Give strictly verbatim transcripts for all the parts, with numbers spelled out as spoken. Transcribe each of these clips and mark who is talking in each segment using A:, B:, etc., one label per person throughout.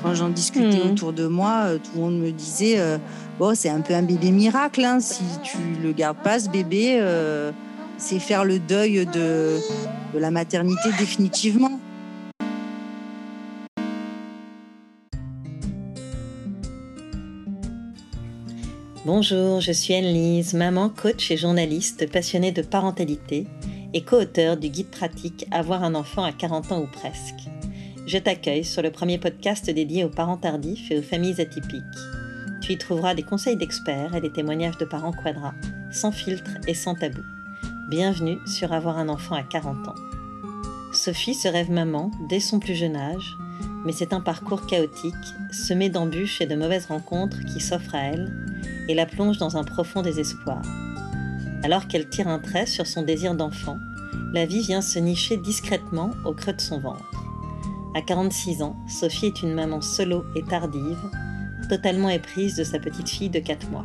A: Quand j'en discutais
B: Mmh.
A: autour de moi, euh, tout le monde me disait euh, bon, c'est un peu un bébé miracle, hein. Si tu le gardes pas, ce bébé, euh, c'est faire le deuil de, de la maternité définitivement.
B: Bonjour, je suis Anne-Lise, maman, coach et journaliste passionnée de parentalité et co-auteure du guide pratique Avoir un enfant à quarante ans ou presque. Je t'accueille sur le premier podcast dédié aux parents tardifs et aux familles atypiques. Tu y trouveras des conseils d'experts et des témoignages de parents quadras, sans filtre et sans tabou. Bienvenue sur Avoir un enfant à quarante ans. Sophie se rêve maman dès son plus jeune âge, mais c'est un parcours chaotique, semé d'embûches et de mauvaises rencontres qui s'offrent à elle et la plonge dans un profond désespoir. Alors qu'elle tire un trait sur son désir d'enfant, la vie vient se nicher discrètement au creux de son ventre. À quarante-six ans, Sophie est une maman solo et tardive, totalement éprise de sa petite fille de quatre mois.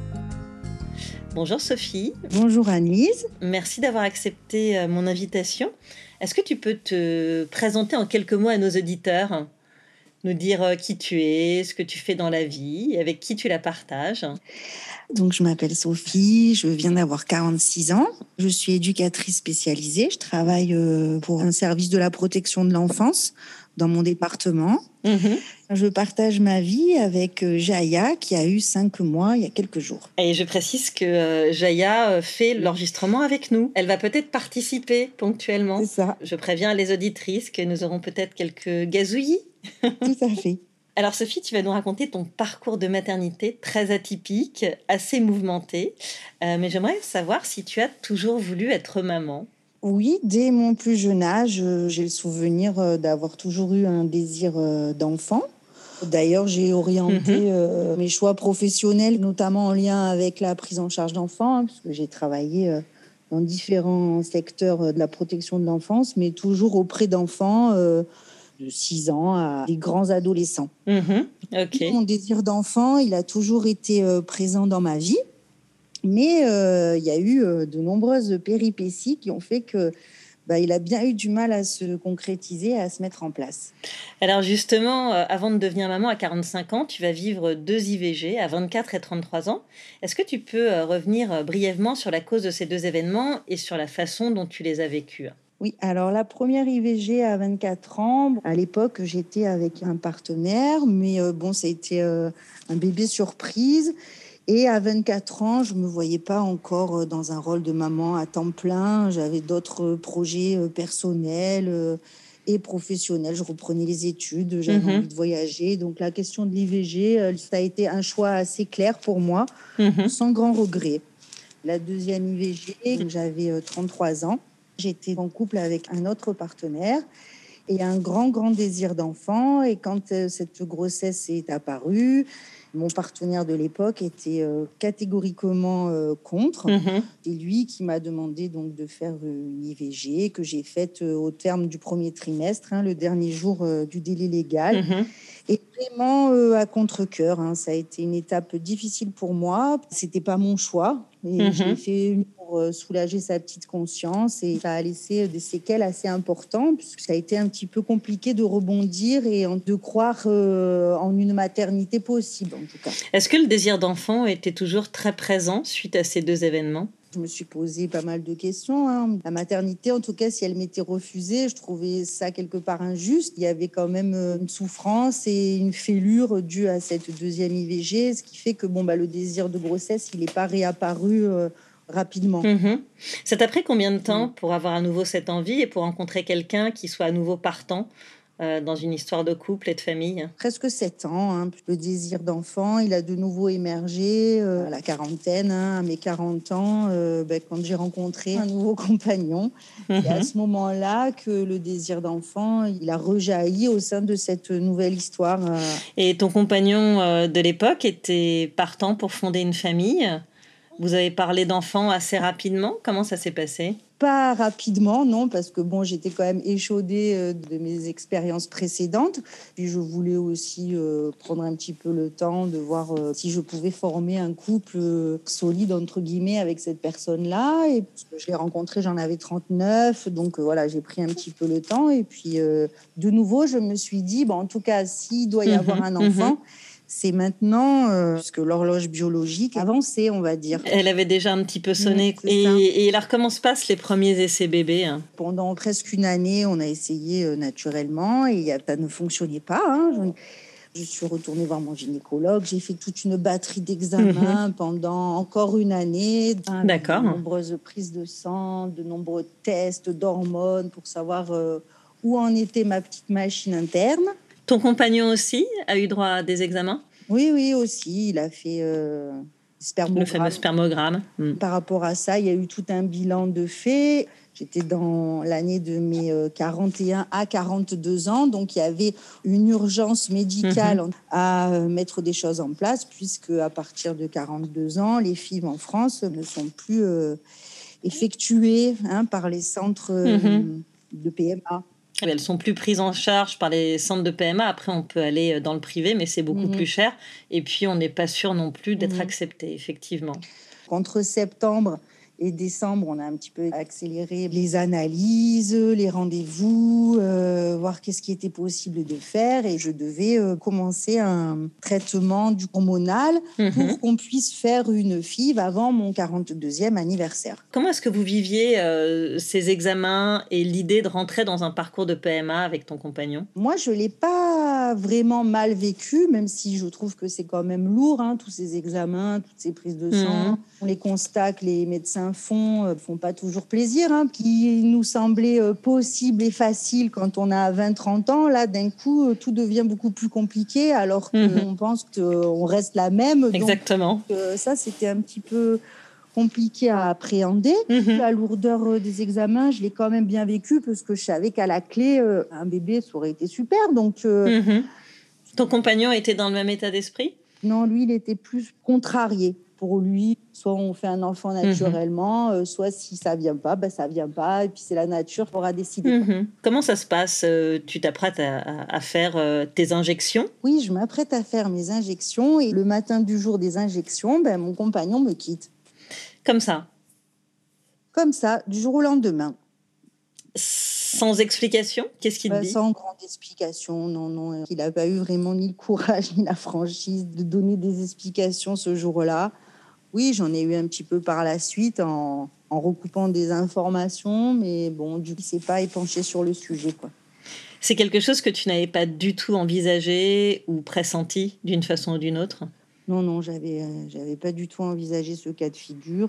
B: Bonjour Sophie.
A: Bonjour Anne-Lise.
B: Merci d'avoir accepté mon invitation. Est-ce que tu peux te présenter en quelques mots à nos auditeurs ? Nous dire qui tu es, ce que tu fais dans la vie, avec qui tu la partages.
A: Donc, je m'appelle Sophie, je viens d'avoir quarante-six ans. Je suis éducatrice spécialisée. Je travaille pour un service de la protection de l'enfance dans mon département. Mmh. Je partage ma vie avec Jaya, qui a eu cinq mois il y a quelques jours.
B: Et je précise que Jaya fait l'enregistrement avec nous. Elle va peut-être participer ponctuellement.
A: C'est ça.
B: Je préviens les auditrices que nous aurons peut-être quelques gazouillis.
A: Tout à fait.
B: Alors Sophie, tu vas nous raconter ton parcours de maternité très atypique, assez mouvementé. Euh, mais j'aimerais savoir si tu as toujours voulu être maman.
A: Oui, dès mon plus jeune âge, j'ai le souvenir d'avoir toujours eu un désir d'enfant. D'ailleurs, j'ai orienté mmh. euh, mes choix professionnels, notamment en lien avec la prise en charge d'enfants, hein, parce que j'ai travaillé euh, dans différents secteurs de la protection de l'enfance, mais toujours auprès d'enfants euh, de six ans à des grands adolescents.
B: Mmh. Okay.
A: Mon désir d'enfant, il a toujours été euh, présent dans ma vie. Mais euh, il y a eu euh, de nombreuses péripéties qui ont fait que bah, il a bien eu du mal à se concrétiser, à se mettre en place.
B: Alors justement, euh, avant de devenir maman à quarante-cinq ans, tu vas vivre deux I V G à vingt-quatre et trente-trois ans. Est-ce que tu peux euh, revenir euh, brièvement sur la cause de ces deux événements et sur la façon dont tu les as vécus ?
A: Oui, alors la première I V G à vingt-quatre ans, à l'époque, j'étais avec un partenaire, mais euh, bon, ça a été euh, un bébé surprise. Et à vingt-quatre ans, je ne me voyais pas encore dans un rôle de maman à temps plein. J'avais d'autres projets personnels et professionnels. Je reprenais les études, j'avais mmh. envie de voyager. Donc la question de l'I V G, ça a été un choix assez clair pour moi, mmh. sans grand regret. La deuxième I V G, j'avais trente-trois ans. J'étais en couple avec un autre partenaire et un grand, grand désir d'enfant. Et quand cette grossesse est apparue, mon partenaire de l'époque était euh, catégoriquement euh, contre. Mmh. C'est lui qui m'a demandé donc de faire une I V G que j'ai faite euh, au terme du premier trimestre, hein, le dernier jour euh, du délai légal. Mmh. Et vraiment euh, à contre-cœur. Hein, ça a été une étape difficile pour moi. C'était pas mon choix. Et mmh. je l'ai fait pour euh, soulager sa petite conscience. Et ça a laissé des séquelles assez importantes, puisque ça a été un petit peu compliqué de rebondir et de croire euh, en une maternité possible, en tout cas.
B: Est-ce que le désir d'enfant était toujours très présent suite à ces deux événements ?
A: Je me suis posé pas mal de questions. Hein. La maternité, en tout cas, si elle m'était refusée, je trouvais ça quelque part injuste. Il y avait quand même une souffrance et une fêlure due à cette deuxième I V G, ce qui fait que bon, bah, le désir de grossesse, il n'est pas réapparu euh, rapidement.
B: Mmh. Ça t'a pris combien de temps mmh. pour avoir à nouveau cette envie et pour rencontrer quelqu'un qui soit à nouveau partant euh, dans une histoire de couple et de famille ?
A: Presque sept ans. Hein. Le désir d'enfant, il a de nouveau émergé euh, à la quarantaine, hein, à mes quarante ans, euh, ben, quand j'ai rencontré un nouveau compagnon. Mmh. C'est à ce moment-là que le désir d'enfant, il a rejailli au sein de cette nouvelle histoire. Euh.
B: Et ton compagnon euh, de l'époque était partant pour fonder une famille ? Vous avez parlé d'enfants assez rapidement. Comment ça s'est passé ?
A: Pas rapidement, non, parce que bon, j'étais quand même échaudée euh, de mes expériences précédentes. Puis je voulais aussi euh, prendre un petit peu le temps de voir euh, si je pouvais former un couple euh, solide, entre guillemets, avec cette personne-là. Et parce que je l'ai rencontrée, j'en avais trente-neuf. Donc euh, voilà, j'ai pris un petit peu le temps. Et puis euh, de nouveau, je me suis dit, bon, en tout cas, s'il doit y avoir un enfant, c'est maintenant, euh, puisque l'horloge biologique avancée, on va dire.
B: Elle avait déjà un petit peu sonné.
A: Mmh,
B: et, et alors, comment se passent les premiers essais bébés, hein?
A: Pendant presque une année, on a essayé euh, naturellement et y a, ça ne fonctionnait pas. Hein. Je, je suis retournée voir mon gynécologue. J'ai fait toute une batterie d'examens mmh. pendant encore une année.
B: D'accord.
A: De nombreuses prises de sang, de nombreux tests d'hormones pour savoir euh, où en était ma petite machine interne.
B: Ton compagnon aussi a eu droit à des examens?
A: Oui, oui, aussi. Il a fait euh, spermogramme.
B: Le fameux spermogramme.
A: Mmh. Par rapport à ça, il y a eu tout un bilan de fait. J'étais dans l'année de mes quarante et un à quarante-deux ans, donc il y avait une urgence médicale mmh. à mettre des choses en place, puisque à partir de quarante-deux ans, les F I V en France ne sont plus euh, effectuées hein, par les centres euh, mmh. de P M A.
B: Elles sont plus prises en charge par les centres de P M A. Après, on peut aller dans le privé, mais c'est beaucoup mmh. plus cher. Et puis, on n'est pas sûr non plus d'être mmh. accepté, effectivement.
A: Entre septembre et décembre, on a un petit peu accéléré les analyses, les rendez-vous, euh, voir qu'est-ce qui était possible de faire. Et je devais euh, commencer un traitement du hormonal mmh. pour qu'on puisse faire une F I V avant mon quarante-deuxième anniversaire.
B: Comment est-ce que vous viviez euh, ces examens et l'idée de rentrer dans un parcours de P M A avec ton compagnon?
A: Moi, je ne l'ai pas vraiment mal vécu, même si je trouve que c'est quand même lourd, hein, tous ces examens, toutes ces prises de sang. Mmh. Les constats que les médecins font ne euh, font pas toujours plaisir. Hein, qui nous semblait euh, possible et facile quand on a vingt trente ans, là, d'un coup, euh, tout devient beaucoup plus compliqué alors qu'on mmh. pense qu'on reste la même.
B: Exactement.
A: Donc, euh, ça, c'était un petit peu compliqué à appréhender. Mmh. La lourdeur des examens, je l'ai quand même bien vécu parce que je savais qu'à la clé, euh, un bébé, ça aurait été super. Donc, euh...
B: mmh. Ton compagnon était dans le même état d'esprit?
A: Non, lui, il était plus contrarié. Pour lui, soit on fait un enfant naturellement, mmh. euh, soit si ça vient pas, ben ça vient pas, et puis c'est la nature qui aura décidé.
B: Mmh. Comment ça se passe? Tu t'apprêtes à, à, à faire euh, tes injections?
A: Oui, je m'apprête à faire mes injections, et le matin du jour des injections, ben, mon compagnon me quitte.
B: Comme ça?
A: Comme ça, du jour au lendemain.
B: Sans explication? Qu'est-ce qu'il te
A: ben,
B: dit?
A: Sans grande explication, non, non. Il n'a pas eu vraiment ni le courage ni la franchise de donner des explications ce jour-là. Oui, j'en ai eu un petit peu par la suite en, en recoupant des informations, mais bon, du coup, il ne s'est pas épanché sur le sujet, quoi.
B: C'est quelque chose que tu n'avais pas du tout envisagé ou pressenti d'une façon ou d'une autre?
A: Non, non, j'avais, euh, j'avais pas du tout envisagé ce cas de figure,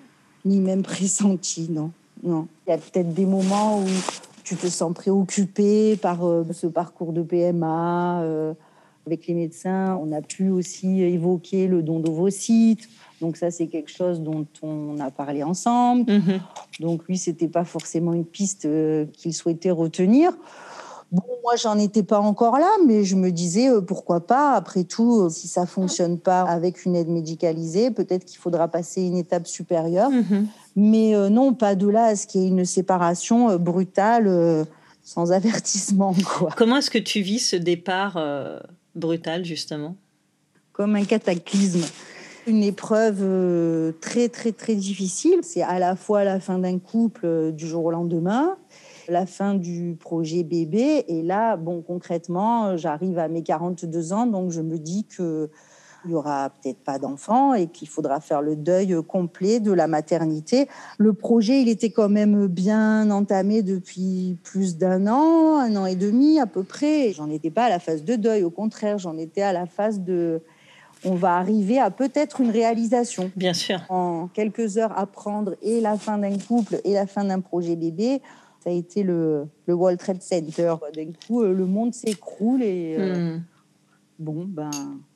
A: ni même pressenti, non, non. Il y a peut-être des moments où tu te sens préoccupé par euh, ce parcours de P M A. Euh, avec les médecins, on a pu aussi évoquer le don d'ovocytes. Donc ça, c'est quelque chose dont on a parlé ensemble. Mmh. Donc lui, c'était pas forcément une piste euh, qu'il souhaitait retenir. Bon, moi, j'en étais pas encore là, mais je me disais, euh, pourquoi pas? Après tout, euh, si ça fonctionne pas avec une aide médicalisée, peut-être qu'il faudra passer une étape supérieure. Mmh. Mais euh, non, pas de là à ce qu'il y ait une séparation euh, brutale, euh, sans avertissement, quoi.
B: Comment est-ce que tu vis ce départ euh, brutal, justement?
A: Comme un cataclysme. Une épreuve euh, très, très, très difficile. C'est à la fois la fin d'un couple euh, du jour au lendemain, la fin du projet bébé. Et là, bon, concrètement, j'arrive à mes quarante-deux ans, donc je me dis qu'il n'y aura peut-être pas d'enfant et qu'il faudra faire le deuil complet de la maternité. Le projet, il était quand même bien entamé depuis plus d'un an, un an et demi à peu près. J'en étais pas à la phase de deuil, au contraire, j'en étais à la phase de... On va arriver à peut-être une réalisation.
B: Bien sûr.
A: En quelques heures, apprendre et la fin d'un couple et la fin d'un projet bébé, ça a été le, le World Trade Center. D'un coup, le monde s'écroule et euh, mm. bon, ben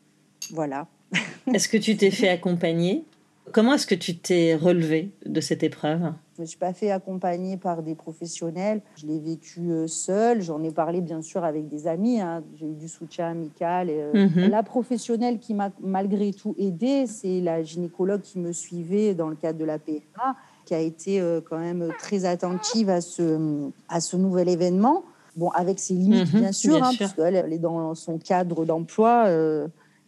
A: voilà.
B: Est-ce que tu t'es fait accompagner? Comment est-ce que tu t'es relevé de cette épreuve?
A: Je ne me suis pas fait accompagner par des professionnels. Je l'ai vécu seule. J'en ai parlé bien sûr avec des amis. Hein. J'ai eu du soutien amical. Et, euh, mm-hmm. La professionnelle qui m'a malgré tout aidée, c'est la gynécologue qui me suivait dans le cadre de la P M A, qui a été euh, quand même très attentive à ce, à ce nouvel événement. Bon, avec ses limites,
B: Mmh,
A: bien sûr,
B: bien
A: hein,
B: sûr.
A: parce qu'elle elle est dans son cadre d'emploi, euh,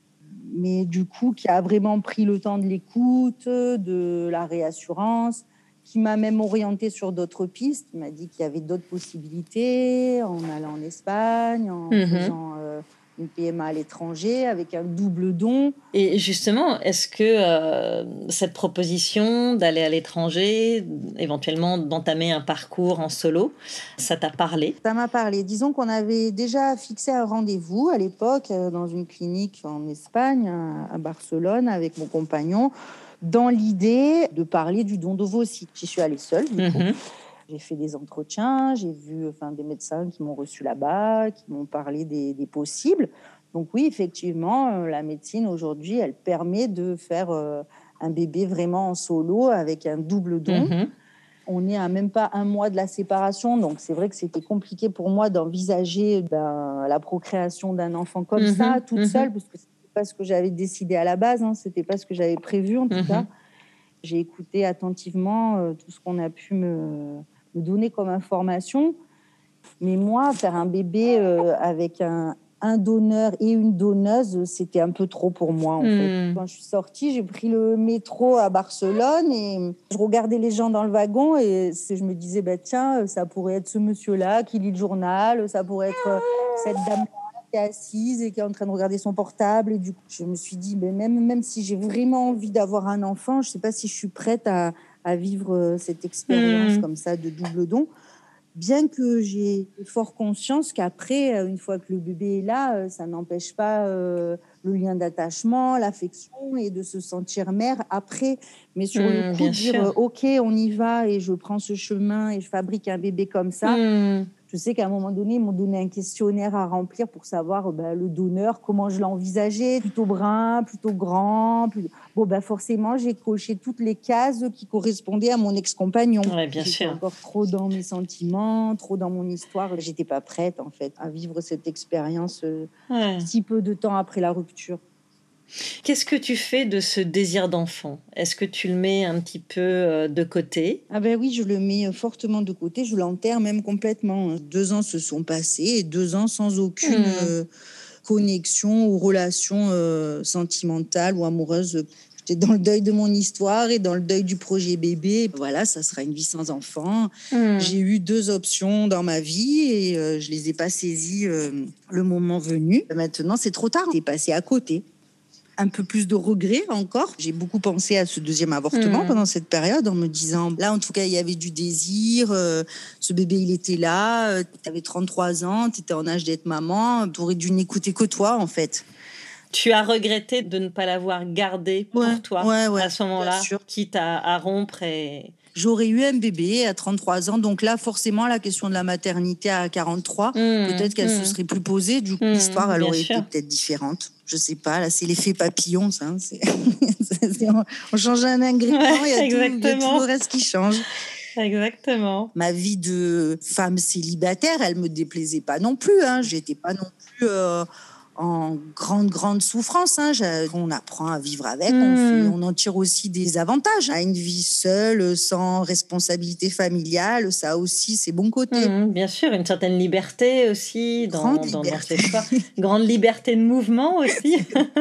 A: mais du coup, qui a vraiment pris le temps de l'écoute, de la réassurance, qui m'a même orientée sur d'autres pistes. Il m'a dit qu'il y avait d'autres possibilités, en allant en Espagne, en
B: Mmh.
A: faisant euh, une P M A à l'étranger, avec un double don.
B: Et justement, est-ce que euh, cette proposition d'aller à l'étranger, éventuellement d'entamer un parcours en solo, ça t'a parlé?
A: Ça m'a parlé. Disons qu'on avait déjà fixé un rendez-vous à l'époque euh, dans une clinique en Espagne, à à Barcelone, avec mon compagnon, dans l'idée de parler du don d'ovocytes. J'y suis allée seule, du coup.
B: Mmh.
A: J'ai fait des entretiens, j'ai vu enfin, des médecins qui m'ont reçu là-bas, qui m'ont parlé des, des possibles. Donc oui, effectivement, euh, la médecine aujourd'hui, elle permet de faire euh, un bébé vraiment en solo avec un double don.
B: Mmh.
A: On est à même pas un mois de la séparation, donc c'est vrai que c'était compliqué pour moi d'envisager ben, la procréation d'un enfant comme
B: Mmh.
A: ça, toute
B: Mmh.
A: seule, parce que c'était pas ce que j'avais décidé à la base, hein, c'était pas ce que j'avais prévu en tout
B: Mmh.
A: cas. J'ai écouté attentivement euh, tout ce qu'on a pu me, me donner comme information, mais moi, faire un bébé euh, avec un, un donneur et une donneuse, c'était un peu trop pour moi, en fait.
B: Mmh.
A: Quand je suis sortie, j'ai pris le métro à Barcelone et je regardais les gens dans le wagon et c'est- je me disais, bah, tiens, ça pourrait être ce monsieur-là qui lit le journal, ça pourrait être euh, cette dame qui est assise et qui est en train de regarder son portable. Et du coup, je me suis dit, ben, même, même si j'ai vraiment envie d'avoir un enfant, je ne sais pas si je suis prête à, à vivre euh, cette expérience
B: Mmh.
A: comme ça de double don. Bien que j'ai fort conscience qu'après, euh, une fois que le bébé est là, euh, ça n'empêche pas euh, le lien d'attachement, l'affection et de se sentir mère après. Mais sur le
B: Mmh,
A: coup,
B: bien
A: de dire
B: sûr.
A: euh, OK, on y va et je prends ce chemin et je fabrique un bébé comme ça.
B: Mmh.
A: Je sais qu'à un moment donné, ils m'ont donné un questionnaire à remplir pour savoir euh, ben, le donneur, comment je l'envisageais, plutôt brun, plutôt grand. Plus... Bon, ben, forcément, j'ai coché toutes les cases qui correspondaient à mon ex-compagnon.
B: Ouais, bien
A: J'étais
B: sûr.
A: encore trop dans mes sentiments, trop dans mon histoire. J'étais pas prête, en fait, à vivre cette expérience euh,
B: Ouais.
A: si peu de temps après la rupture.
B: Qu'est-ce que tu fais de ce désir d'enfant? Est-ce que tu le mets un petit peu euh, de côté?
A: Ah ben oui, je le mets fortement de côté, je l'enterre même complètement. Deux ans se sont passés et deux ans sans aucune
B: Mmh.
A: euh, connexion ou relation euh, sentimentale ou amoureuse. J'étais dans le deuil de mon histoire et dans le deuil du projet bébé. Voilà, ça sera une vie sans enfant.
B: Mmh.
A: J'ai eu deux options dans ma vie et euh, je les ai pas saisies euh, le moment venu. Maintenant, c'est trop tard. T'es passé à côté. Un peu plus de regret encore. J'ai beaucoup pensé à ce deuxième avortement
B: Mmh.
A: pendant cette période en me disant, là en tout cas il y avait du désir, euh, ce bébé il était là, euh, tu avais trente-trois ans, tu étais en âge d'être maman, tu aurais dû n'écouter que toi en fait.
B: Tu as regretté de ne pas l'avoir gardé
A: Ouais,
B: pour toi
A: ouais, ouais,
B: à ce
A: bien
B: moment-là,
A: sûr.
B: quitte à, à rompre et...
A: J'aurais eu un bébé à trente-trois ans, donc là forcément la question de la maternité à quarante-trois,
B: Mmh.
A: peut-être qu'elle
B: Mmh.
A: se serait plus posée, du coup
B: Mmh,
A: l'histoire elle
B: bien
A: aurait
B: sûr.
A: été peut-être différente. Je sais pas, là c'est l'effet papillon, ça. Hein, c'est... c'est- on- on change un ingrédient, il
B: Ouais,
A: y a tout, il y a tout
B: exactement.
A: le reste qui change.
B: Exactement.
A: Ma vie de femme célibataire, elle me déplaisait pas non plus. Hein. J'étais pas non plus euh, en grande, grande souffrance. Hein. J'ai- On apprend à vivre avec, on, fait,
B: Mmh.
A: on en tire aussi des avantages. À une vie seule, sans responsabilité familiale, ça aussi, c'est bon côté.
B: Mmh, bien sûr, une certaine liberté aussi dans,
A: Grande
B: dans, dans ses
A: liberté.
B: choix. Grande liberté de mouvement aussi.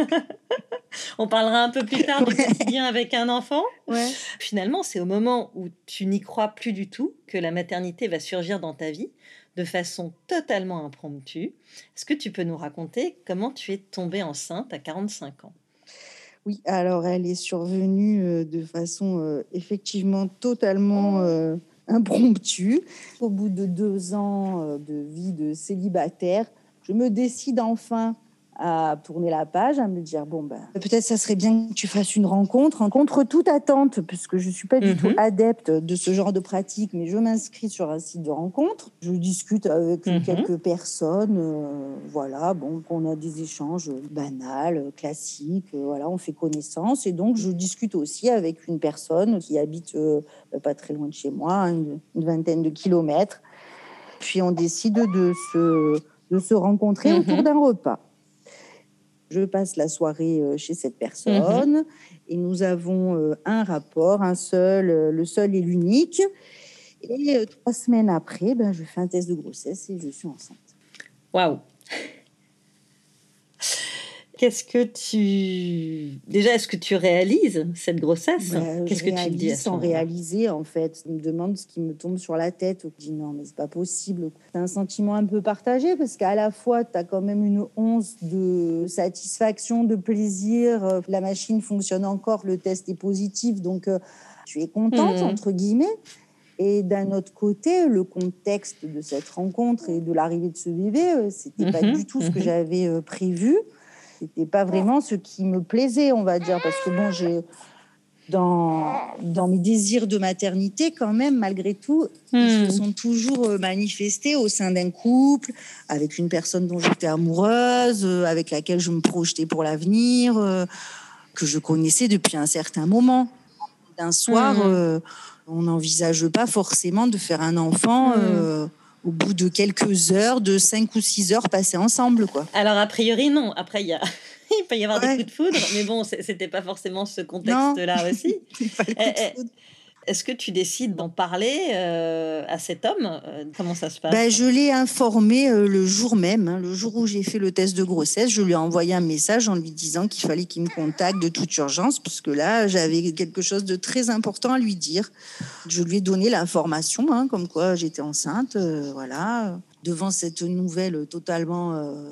B: On parlera un peu plus tard du
A: Ouais.
B: quotidien avec un enfant.
A: Ouais.
B: Finalement, c'est au moment où tu n'y crois plus du tout que la maternité va surgir dans ta vie de façon totalement impromptue. Est-ce que tu peux nous raconter comment tu es tombée enceinte à quarante-cinq ans?
A: Oui, alors elle est survenue euh, de façon euh, effectivement totalement euh, impromptue. Au bout de deux ans euh, de vie de célibataire, je me décide enfin à tourner la page, à me dire bon ben peut-être ça serait bien que tu fasses une rencontre, contre toute attente, puisque je suis pas du tout
B: Mhm.
A: adepte de ce genre de pratique, mais je m'inscris sur un site de rencontre, je discute avec
B: Mhm.
A: quelques personnes, euh, voilà, bon, on a des échanges banals, classiques, euh, voilà, on fait connaissance, et donc je discute aussi avec une personne qui habite euh, pas très loin de chez moi, une, une vingtaine de kilomètres, puis on décide de se, de se rencontrer
B: Mhm.
A: autour d'un repas. Je passe la soirée euh, chez cette personne mmh. et nous avons euh, un rapport, un seul, euh, le seul et l'unique. Et euh, trois semaines après, ben, je fais un test de grossesse et je suis enceinte.
B: Waouh! Qu'est-ce que tu... Déjà, est-ce que tu réalises cette grossesse?
A: Ben,
B: Qu'est-ce
A: je
B: que tu te dis à ce
A: sans
B: moment-là?
A: réaliser, en fait. Je me demande ce qui me tombe sur la tête. Je dis non, mais c'est pas possible. C'est un sentiment un peu partagé parce qu'à la fois, tu as quand même une once de satisfaction, de plaisir. La machine fonctionne encore, le test est positif, donc euh, tu es contente, mmh. entre guillemets. Et d'un autre côté, le contexte de cette rencontre et de l'arrivée de ce bébé, c'était mmh. pas du tout ce que mmh. j'avais euh, prévu. C'était pas vraiment ce qui me plaisait, on va dire, parce que bon, j'ai dans dans mes désirs de maternité, quand même, malgré tout, mmh. ils se sont toujours manifestés au sein d'un couple, avec une personne dont j'étais amoureuse, avec laquelle je me projetais pour l'avenir, euh, que je connaissais depuis un certain moment. D'un soir, mmh. euh, on n'envisage pas forcément de faire un enfant. Mmh. Euh, au bout de quelques heures, de cinq ou six heures passées ensemble, quoi.
B: Alors, a priori, non. Après, il y a... il peut y avoir ouais. des coups de foudre, mais bon, c'était pas forcément ce contexte-là non. aussi.
A: Pas le coup de foudre.
B: Est-ce que tu décides d'en parler euh, à cet homme? Comment ça se passe?
A: Ben, je l'ai informé euh, le jour même, hein, le jour où j'ai fait le test de grossesse. Je lui ai envoyé un message en lui disant qu'il fallait qu'il me contacte de toute urgence, parce que là, j'avais quelque chose de très important à lui dire. Je lui ai donné l'information, hein, comme quoi j'étais enceinte, euh, voilà. Devant cette nouvelle totalement euh,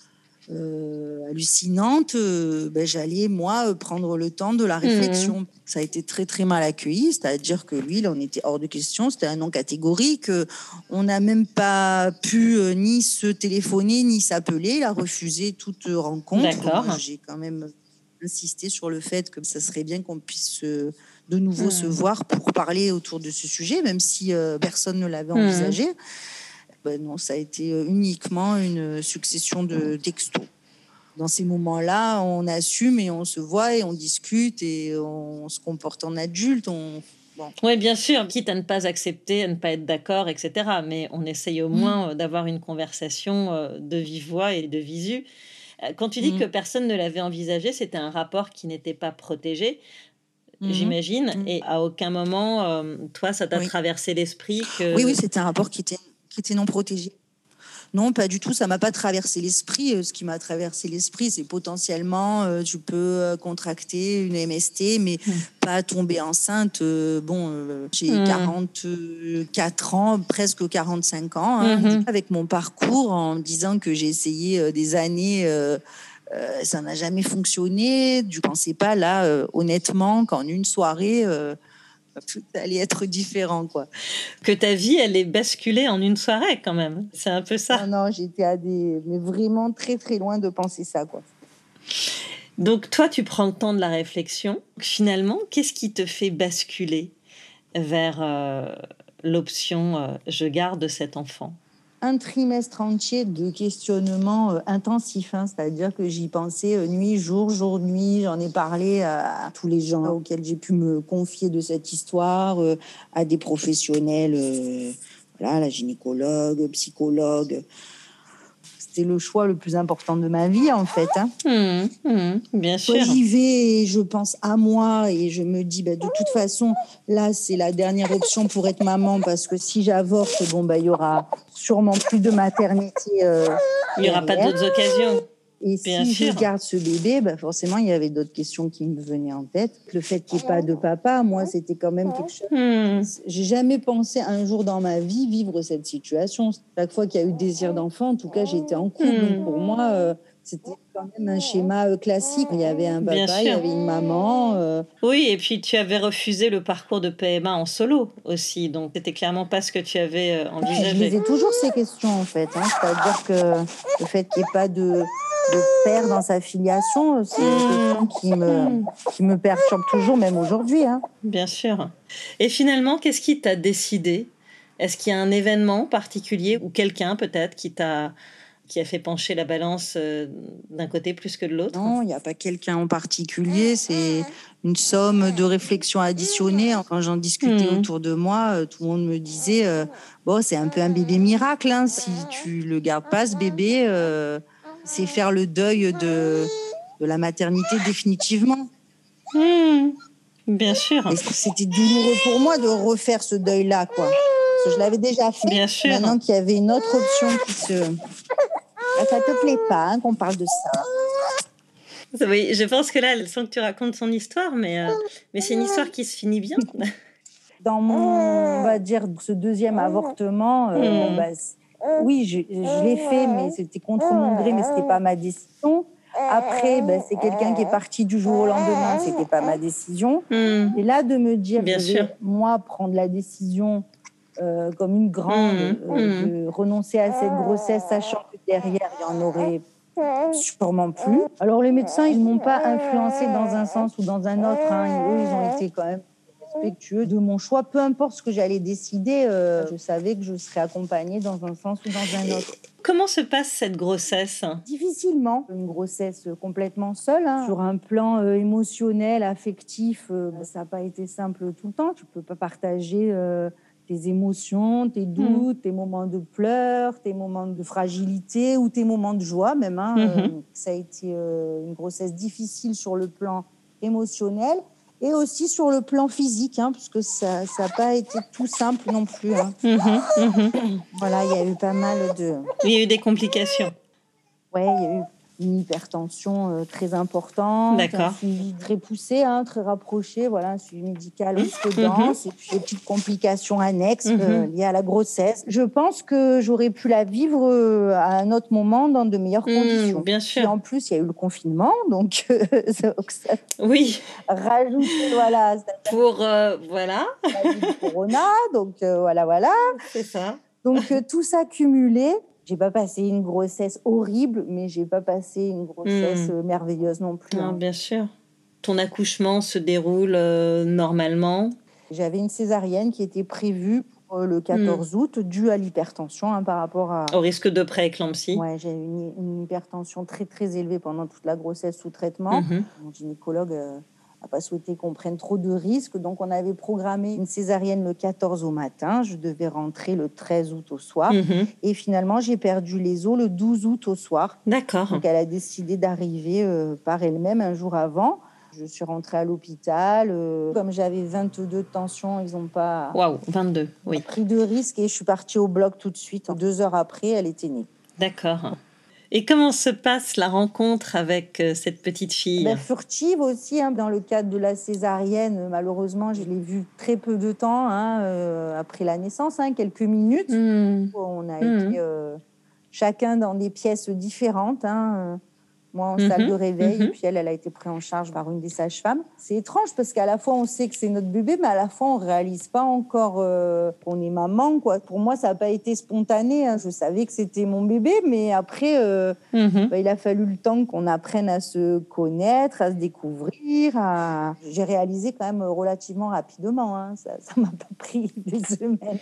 A: euh, hallucinante, euh, ben, j'allais, moi, prendre le temps de la réflexion. Mmh. Ça a été très, très mal accueilli, c'est-à-dire que lui, il en était hors de question, c'était un non catégorique. On n'a même pas pu euh, ni se téléphoner, ni s'appeler. Il a refusé toute rencontre.
B: D'accord.
A: Moi, j'ai quand même insisté sur le fait que ça serait bien qu'on puisse euh, de nouveau mmh. se voir pour parler autour de ce sujet, même si euh, personne ne l'avait mmh. envisagé. Ben non, ça a été uniquement une succession de textos. Dans ces moments-là, on assume et on se voit et on discute et on se comporte en adulte. On...
B: Bon. Oui, bien sûr, quitte à ne pas accepter, à ne pas être d'accord, et cetera. Mais on essaye au moins mmh. d'avoir une conversation de vive voix et de visu. Quand tu dis mmh. que personne ne l'avait envisagé, c'était un rapport qui n'était pas protégé. Mmh. J'imagine, mmh. et à aucun moment, euh, toi, ça t'a oui. traversé l'esprit que...
A: Oui, oui, c'était un rapport qui était, qui était non protégé. Non, pas du tout, ça m'a pas traversé l'esprit. Ce qui m'a traversé l'esprit, c'est potentiellement, euh, tu peux euh, contracter une M S T, mais mmh. pas tomber enceinte. Euh, bon, euh, j'ai mmh. quarante-quatre ans, presque quarante-cinq ans, hein, mmh. avec mon parcours, en me disant que j'ai essayé euh, des années... Euh, Euh, ça n'a jamais fonctionné. Je ne pensais pas, là, euh, honnêtement, qu'en une soirée, euh, tout allait être différent, quoi.
B: Que ta vie, elle est basculée en une soirée, quand même. C'est un peu ça.
A: Non, non, j'étais à des... mais vraiment très, très loin de penser ça, quoi.
B: Donc, toi, tu prends le temps de la réflexion. Finalement, qu'est-ce qui te fait basculer vers euh, l'option euh, « je garde cet enfant » ?
A: Un trimestre entier de questionnement euh, intensif, hein, c'est-à-dire que j'y pensais euh, nuit, jour, jour, nuit. J'en ai parlé à, à tous les gens auxquels j'ai pu me confier de cette histoire, euh, à des professionnels, euh, voilà, la gynécologue, psychologue. C'était le choix le plus important de ma vie, en fait. Hein.
B: Mmh, mmh, bien sûr.
A: Quand j'y vais et je pense à moi et je me dis, bah, de toute façon, là, c'est la dernière option pour être maman parce que si j'avorte, bon, bah, il y aura sûrement plus de maternité. Euh,
B: il n'y aura pas d'autres occasions.
A: Et bien si sûr. Je garde ce bébé, bah forcément, il y avait d'autres questions qui me venaient en tête. Le fait qu'il n'y ait pas de papa, moi, c'était quand même quelque chose. Mmh. J'ai jamais pensé un jour dans ma vie vivre cette situation. Chaque fois qu'il y a eu désir d'enfant, en tout cas, j'étais en couple. Mmh. Donc pour moi, euh, c'était quand même un schéma euh, classique. Il y avait un papa, il y avait une maman. Euh...
B: Oui, et puis tu avais refusé le parcours de P M A en solo aussi. Donc c'était clairement pas ce que tu avais euh, envisagé.
A: Je lisais toujours ces questions, en fait. Hein. C'est-à-dire que le fait qu'il n'y ait pas de... de père dans sa filiation, c'est une question qui me, qui me perturbe toujours, même aujourd'hui. Hein.
B: Bien sûr. Et finalement, qu'est-ce qui t'a décidé ? Est-ce qu'il y a un événement particulier ou quelqu'un peut-être qui t'a qui a fait pencher la balance d'un côté plus que de l'autre ?
A: Non, il n'y a pas quelqu'un en particulier. C'est une somme de réflexions additionnées. Quand j'en discutais mmh. autour de moi, tout le monde me disait euh, bon, c'est un peu un bébé miracle. Hein. Si tu le gardes pas, ce bébé... Euh, c'est faire le deuil de, de la maternité définitivement.
B: Mmh, bien sûr.
A: Et c'était douloureux pour moi de refaire ce deuil-là, quoi. Parce que je l'avais déjà fait.
B: Bien sûr.
A: Maintenant qu'il y avait une autre option qui se... Ah, ça te plaît pas hein, qu'on parle de ça?
B: Oui, je pense que là, elle sent que tu racontes son histoire, mais, euh, mais c'est une histoire qui se finit bien.
A: Dans mon, on va dire, ce deuxième avortement, euh,
B: Mmh.
A: bon, bah, oui, je, je l'ai fait, mais c'était contre mon gré, mais c'était pas ma décision. Après, bah, c'est quelqu'un qui est parti du jour au lendemain, c'était pas ma décision.
B: Mmh.
A: Et là, de me dire,
B: Bien
A: je vais,
B: sûr.
A: moi, prendre la décision euh, comme une grande,
B: Mmh.
A: euh, de renoncer à cette grossesse, sachant que derrière, il y en aurait sûrement plus. Alors, les médecins, ils ne m'ont pas influencé dans un sens ou dans un autre. Hein. Eux, ils ont été quand même respectueux de mon choix. Peu importe ce que j'allais décider, euh, je savais que je serais accompagnée dans un sens ou dans un autre.
B: Comment se passe cette grossesse?
A: Difficilement. Une grossesse complètement seule. Hein. Sur un plan euh, émotionnel, affectif, euh, ça n'a pas été simple tout le temps. Tu ne peux pas partager euh, tes émotions, tes doutes, mmh. tes moments de pleurs, tes moments de fragilité ou tes moments de joie même. Hein. Mmh. Euh, ça a été euh, une grossesse difficile sur le plan émotionnel. Et aussi sur le plan physique, hein, parce que ça n'a pas été tout simple non plus. Hein. Mmh, mmh. Voilà, il y a eu pas mal de...
B: Il y a eu des complications.
A: Oui, il y a eu une hypertension euh, très importante,
B: D'accord.
A: Un suivi très poussé, hein, très rapproché, voilà, un suivi médical jusque dense, mmh. et puis des petites complications annexes mmh. euh, liées à la grossesse. Je pense que j'aurais pu la vivre euh, à un autre moment dans de meilleures mmh, conditions.
B: Bien sûr.
A: Puis en plus, il y a eu le confinement, donc, euh, donc ça
B: oui.
A: rajoute, voilà. Ça,
B: Pour, euh, voilà.
A: Le corona, donc euh, voilà, voilà.
B: C'est ça.
A: Donc euh, tout ça cumulé, j'ai pas passé une grossesse horrible, mais j'ai pas passé une grossesse mmh. merveilleuse non plus.
B: Non,
A: hein.
B: Bien sûr. Ton accouchement se déroule euh, normalement?
A: J'avais une césarienne qui était prévue pour le quatorze mmh. août, due à l'hypertension hein, par rapport à...
B: Au risque de prééclampsie?
A: Ouais, j'ai eu une, une hypertension très très élevée pendant toute la grossesse sous traitement. Mmh. Mon gynécologue... Euh, n'a pas souhaité qu'on prenne trop de risques. Donc, on avait programmé une césarienne le quatorze au matin. Je devais rentrer le treize août au soir. Mmh. Et finalement, j'ai perdu les os le douze août au soir.
B: D'accord.
A: Donc, elle a décidé d'arriver euh, par elle-même un jour avant. Je suis rentrée à l'hôpital. Euh, comme j'avais vingt-deux de tension, ils n'ont pas...
B: Waouh, vingt-deux, oui.
A: Pris de risques et je suis partie au bloc tout de suite. Deux heures après, elle était née.
B: D'accord. Et comment se passe la rencontre avec euh, cette petite fille?
A: Ben, furtive aussi, hein, dans le cadre de la césarienne. Malheureusement, je l'ai vue très peu de temps hein, euh, après la naissance, hein, quelques minutes. Mmh. On a mmh. été euh, chacun dans des pièces différentes. Hein. Moi, en mmh. salle de réveil, mmh. et puis elle, elle a été prise en charge par une des sages-femmes. C'est étrange parce qu'à la fois, on sait que c'est notre bébé, mais à la fois, on ne réalise pas encore euh, qu'on est maman, quoi. Pour moi, ça n'a pas été spontané. Hein. Je savais que c'était mon bébé, mais après, euh, mmh. bah, il a fallu le temps qu'on apprenne à se connaître, à se découvrir. À... J'ai réalisé quand même relativement rapidement. Hein. Ça ne m'a pas pris des semaines.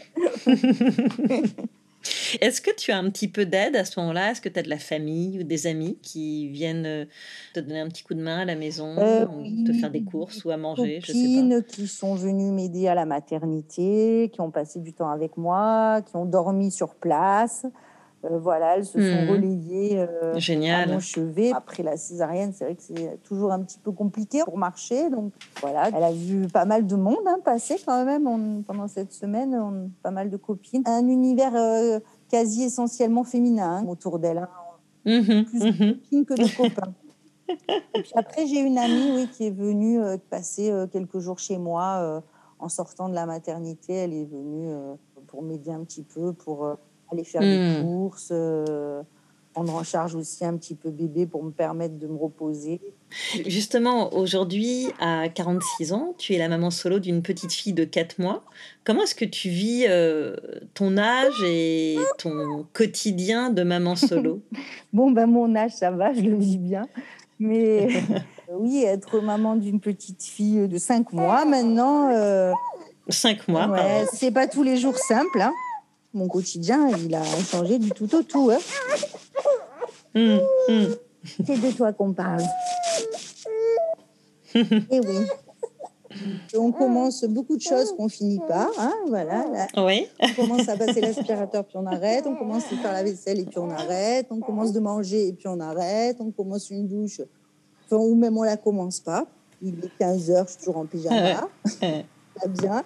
B: Est-ce que tu as un petit peu d'aide à ce moment-là? Est-ce que tu as de la famille ou des amis qui viennent te donner un petit coup de main à la maison,
A: euh,
B: ou
A: oui,
B: te faire des courses ou à manger?
A: Copines
B: je sais pas.
A: Qui sont venues m'aider à la maternité, qui ont passé du temps avec moi, qui ont dormi sur place. Euh, voilà, elles se mmh. sont relayées euh,
B: Génial.
A: à mon chevet. Après la césarienne, c'est vrai que c'est toujours un petit peu compliqué pour marcher. Donc voilà, elle a vu pas mal de monde hein, passer quand même on, pendant cette semaine. On, pas mal de copines. Un univers euh, quasi essentiellement féminin hein, autour d'elle. Hein.
B: Mmh.
A: Plus
B: mmh.
A: de copines que de copains. Et puis après, j'ai une amie oui, qui est venue euh, passer euh, quelques jours chez moi euh, en sortant de la maternité. Elle est venue euh, pour m'aider un petit peu, pour... Euh, aller faire mmh. des courses, euh, prendre en charge aussi un petit peu bébé pour me permettre de me reposer.
B: Justement, aujourd'hui, à quarante-six ans, tu es la maman solo d'une petite fille de quatre mois. Comment est-ce que tu vis euh, ton âge et ton quotidien de maman solo?
A: Bon, ben mon âge, ça va, je le vis bien. Mais oui, être maman d'une petite fille de cinq mois maintenant... Euh,
B: cinq mois,
A: ouais,
B: pardon.
A: C'est pas tous les jours simple, hein. Mon quotidien, il a changé du tout au tout. Hein.
B: Mmh, mmh.
A: C'est de toi qu'on parle. Eh oui. On commence beaucoup de choses qu'on finit pas. Hein, voilà. Là.
B: Oui.
A: On commence à passer l'aspirateur puis on arrête. On commence à faire la vaisselle et puis on arrête. On commence de manger et puis on arrête. On commence une douche. enfin, ou même on la commence pas. Il est quinze heures, je suis toujours en pyjama. Pas bien.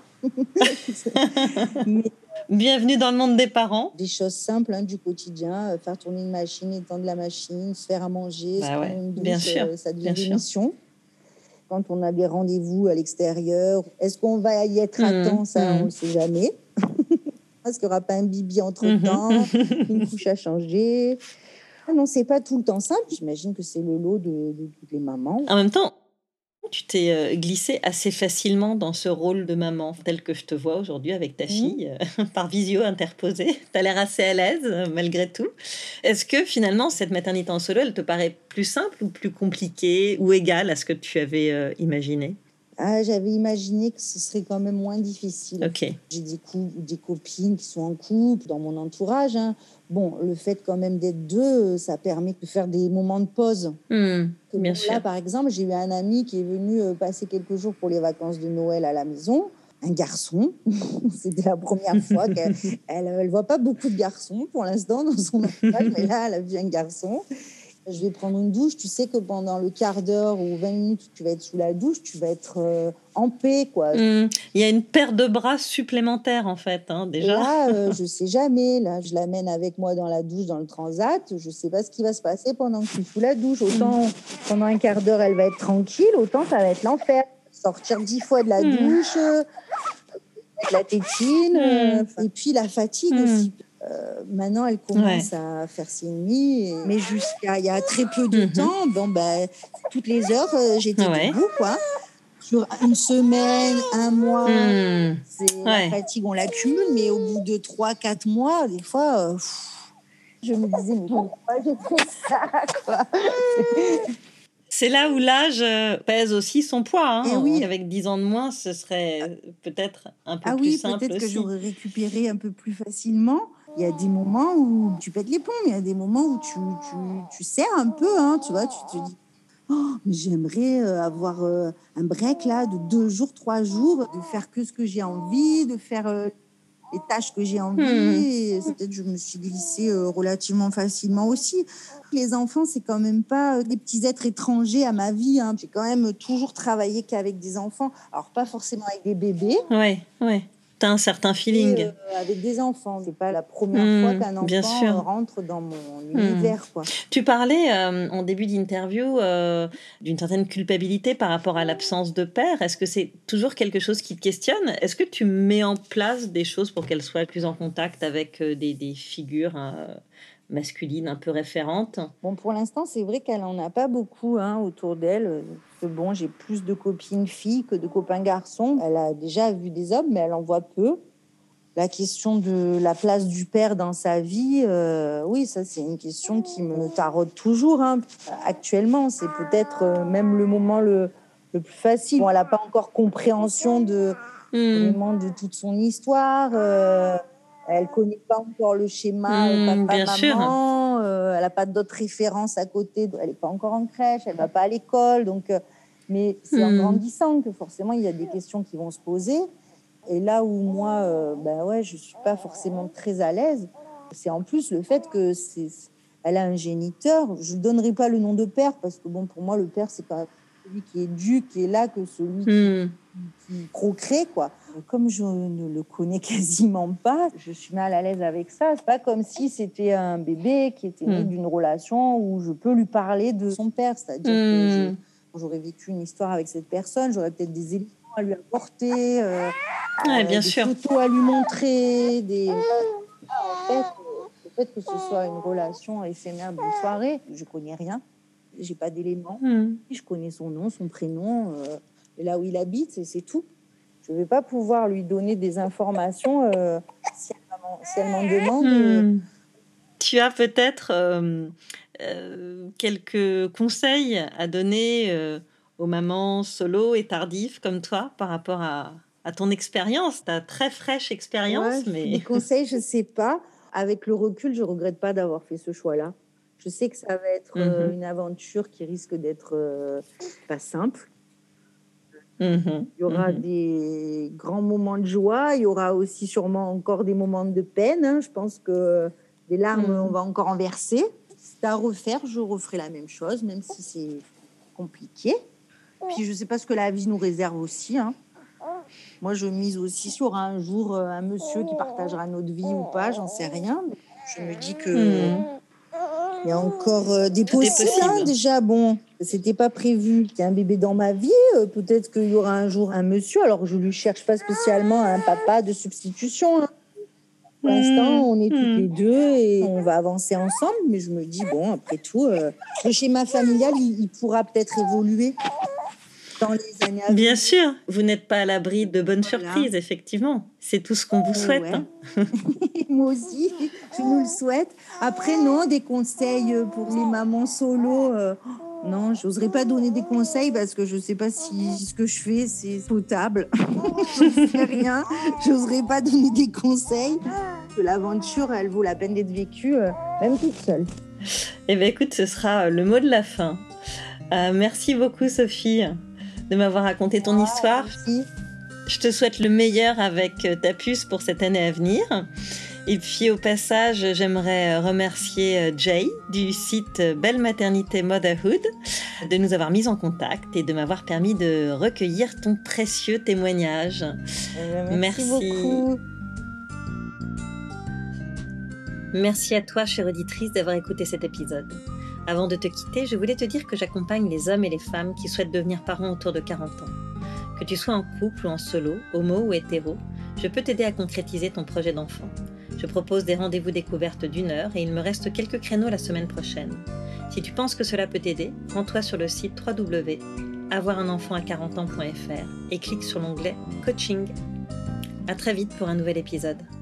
B: Mais... Bienvenue dans le monde des parents.
A: Des choses simples hein, du quotidien, euh, faire tourner une machine, étendre la machine, se faire à manger,
B: bah
A: se
B: ouais,
A: prendre une douche,
B: bien sûr,
A: euh, ça devient
B: bien
A: des
B: sûr.
A: missions. Quand on a des rendez-vous à l'extérieur, est-ce qu'on va y être à temps? Ça, mmh. on ne le sait jamais. Est-ce qu'il n'y aura pas un bibi entre-temps, mmh. une couche à changer? Non, c'est pas tout le temps simple. J'imagine que c'est le lot de, de toutes les mamans.
B: En même temps, tu t'es euh, glissée assez facilement dans ce rôle de maman, tel que je te vois aujourd'hui avec ta mmh. fille, euh, par visio interposée. Tu as l'air assez à l'aise, euh, malgré tout. Est-ce que finalement, cette maternité en solo, elle te paraît plus simple ou plus compliquée ou égale à ce que tu avais euh, imaginé?
A: Ah, j'avais imaginé que ce serait quand même moins difficile.
B: Okay.
A: J'ai des, cou- des copines qui sont en couple, dans mon entourage. Hein. Bon, le fait quand même d'être deux, ça permet de faire des moments de pause.
B: Mmh,
A: que
B: bien
A: bon,
B: sûr.
A: Là, par exemple, j'ai eu un ami qui est venu passer quelques jours pour les vacances de Noël à la maison. Un garçon. C'était la première fois qu'elle elle, elle voit pas beaucoup de garçons pour l'instant dans son entourage, mais là, elle a vu un garçon. Je vais prendre une douche, tu sais que pendant le quart d'heure ou vingt minutes où tu vas être sous la douche, tu vas être euh, en paix, quoi.
B: Mmh. Il y a une paire de bras supplémentaire, en fait, hein, déjà.
A: Et là, euh, je sais jamais. Là, je l'amène avec moi dans la douche, dans le transat. Je sais pas ce qui va se passer pendant que je suis sous la douche. Autant, mmh. pendant un quart d'heure, elle va être tranquille, autant ça va être l'enfer. Sortir dix fois de la mmh. douche, euh, la tétine, mmh. euh, et puis la fatigue mmh. aussi. Euh, maintenant, elle commence ouais. à faire ses nuits, et... mais jusqu'à il y a très peu de mmh. temps, bon, ben, toutes les heures, euh, j'étais ouais. debout, quoi. Sur une semaine, un mois, mmh. c'est ouais. la fatigue, on l'accumule, mais au bout de trois, quatre mois, des fois, euh, pff, je me disais, mais pourquoi j'ai fait ça, quoi.
B: C'est là où l'âge pèse aussi son poids. Hein.
A: Et oui.
B: Avec dix ans de moins, ce serait peut-être un peu
A: ah
B: plus
A: oui,
B: simple
A: peut-être
B: aussi.
A: que j'aurais récupéré un peu plus facilement. Il y a des moments où tu pètes les plombs, il y a des moments où tu, tu, tu serres un peu, hein, tu vois, tu te dis, oh, mais j'aimerais avoir euh, un break là de deux jours, trois jours, de faire que ce que j'ai envie, de faire euh, les tâches que j'ai envie. Mmh. Et peut-être je me suis glissée euh, relativement facilement aussi. Les enfants, c'est quand même pas des petits êtres étrangers à ma vie. Hein. J'ai quand même toujours travaillé qu'avec des enfants. Alors, pas forcément avec des bébés.
B: Oui, oui. Tu as un certain feeling.
A: Et, euh, avec des enfants. C'est pas la première mmh, fois qu'un enfant euh, rentre dans mon univers. Mmh. Quoi.
B: Tu parlais euh, en début d'interview euh, d'une certaine culpabilité par rapport à l'absence de père. Est-ce que c'est toujours quelque chose qui te questionne? Est-ce que tu mets en place des choses pour qu'elle soit plus en contact avec euh, des, des figures euh, masculines un peu référentes?
A: Bon, pour l'instant, c'est vrai qu'elle en a pas beaucoup hein, autour d'elle. Que bon, j'ai plus de copines filles que de copains garçons. Elle a déjà vu des hommes, mais elle en voit peu. La question de la place du père dans sa vie, euh, oui, ça c'est une question qui me taraude toujours. Hein. Actuellement, c'est peut-être euh, même le moment le, le plus facile. Bon, elle n'a pas encore compréhension de, mmh. vraiment de toute son histoire. Euh, elle ne connaît pas encore le schéma mmh, papa-maman. Euh, elle n'a pas d'autres références à côté. Elle n'est pas encore en crèche, elle ne va pas à l'école. Donc, euh, mais c'est mmh. en grandissant que forcément, il y a des questions qui vont se poser. Et là où moi, euh, ben ouais, je suis pas forcément très à l'aise, c'est en plus le fait que c'est, elle a un géniteur. Je ne donnerai pas le nom de père parce que bon, pour moi, le père c'est pas celui qui est dû, qui est là, que celui mmh. qui, qui procrée, quoi. Comme je ne le connais quasiment pas, je suis mal à l'aise avec ça. C'est pas comme si c'était un bébé qui était né mmh. d'une relation où je peux lui parler de son père, c'est-à-dire mmh. que je, quand j'aurais vécu une histoire avec cette personne, j'aurais peut-être des éléments à lui apporter. Euh,
B: Ouais, bien
A: euh, des
B: sûr.
A: photos à lui montrer, des... En fait, le fait que ce soit une relation éphémère d'une soirée, je connais rien, j'ai pas d'éléments, mm. je connais son nom, son prénom, euh, et là où il habite, et c'est tout. Je vais pas pouvoir lui donner des informations euh, si, elle si elle m'en demande.
B: Mm. Tu as peut-être euh, euh, quelques conseils à donner euh, aux mamans solo et tardives comme toi par rapport à à ton expérience, ta très fraîche expérience.
A: Ouais,
B: mais...
A: Des conseils, je ne sais pas. Avec le recul, je ne regrette pas d'avoir fait ce choix-là. Je sais que ça va être euh, mm-hmm. une aventure qui risque d'être euh, pas simple.
B: Mm-hmm.
A: Il y aura mm-hmm. des grands moments de joie, il y aura aussi sûrement encore des moments de peine. Hein. Je pense que des larmes, mm. on va encore en verser. Si c'est à refaire, je referai la même chose, même si c'est compliqué. Puis je ne sais pas ce que la vie nous réserve aussi. Hein. Moi, je mise aussi sur un jour euh, un monsieur qui partagera notre vie ou pas, j'en sais rien. Je me dis que mmh. il y a encore euh, des Tout possibles. possible. Hein, déjà, bon, c'était pas prévu qu'il y ait un bébé dans ma vie. Euh, peut-être qu'il y aura un jour un monsieur. Alors, je lui cherche pas spécialement un papa de substitution. Hein. Pour l'instant, on est mmh. toutes les deux et on va avancer ensemble. Mais je me dis, bon, après tout, euh, le schéma familial, il, il pourra peut-être évoluer. Dans les années à venir.
B: Bien sûr, vous n'êtes pas à l'abri de bonnes voilà. surprises, effectivement. C'est tout ce qu'on vous souhaite. Ouais. Hein.
A: Moi aussi, je nous le souhaite. Après, non, des conseils pour les mamans solo. Euh, non, je n'oserais pas donner des conseils parce que je ne sais pas si ce que je fais, c'est potable. Je ne sais rien. Je n'oserais pas donner des conseils. L'aventure, elle vaut la peine d'être vécue, euh, même toute seule.
B: Eh bien, écoute, ce sera le mot de la fin. Euh, merci beaucoup, Sophie, de m'avoir raconté ton ah, histoire. Merci. Je te souhaite le meilleur avec ta puce pour cette année à venir. Et puis au passage, j'aimerais remercier Jay du site Belle Maternité Motherhood de nous avoir mis en contact et de m'avoir permis de recueillir ton précieux témoignage.
A: Merci, merci beaucoup.
B: Merci à toi, chère auditrice, d'avoir écouté cet épisode. Avant de te quitter, je voulais te dire que j'accompagne les hommes et les femmes qui souhaitent devenir parents autour de quarante ans. Que tu sois en couple ou en solo, homo ou hétéro, je peux t'aider à concrétiser ton projet d'enfant. Je propose des rendez-vous découvertes d'une heure et il me reste quelques créneaux la semaine prochaine. Si tu penses que cela peut t'aider, rends-toi sur le site w w w point avoir un enfant à quarante ans point f r et clique sur l'onglet Coaching. À très vite pour un nouvel épisode.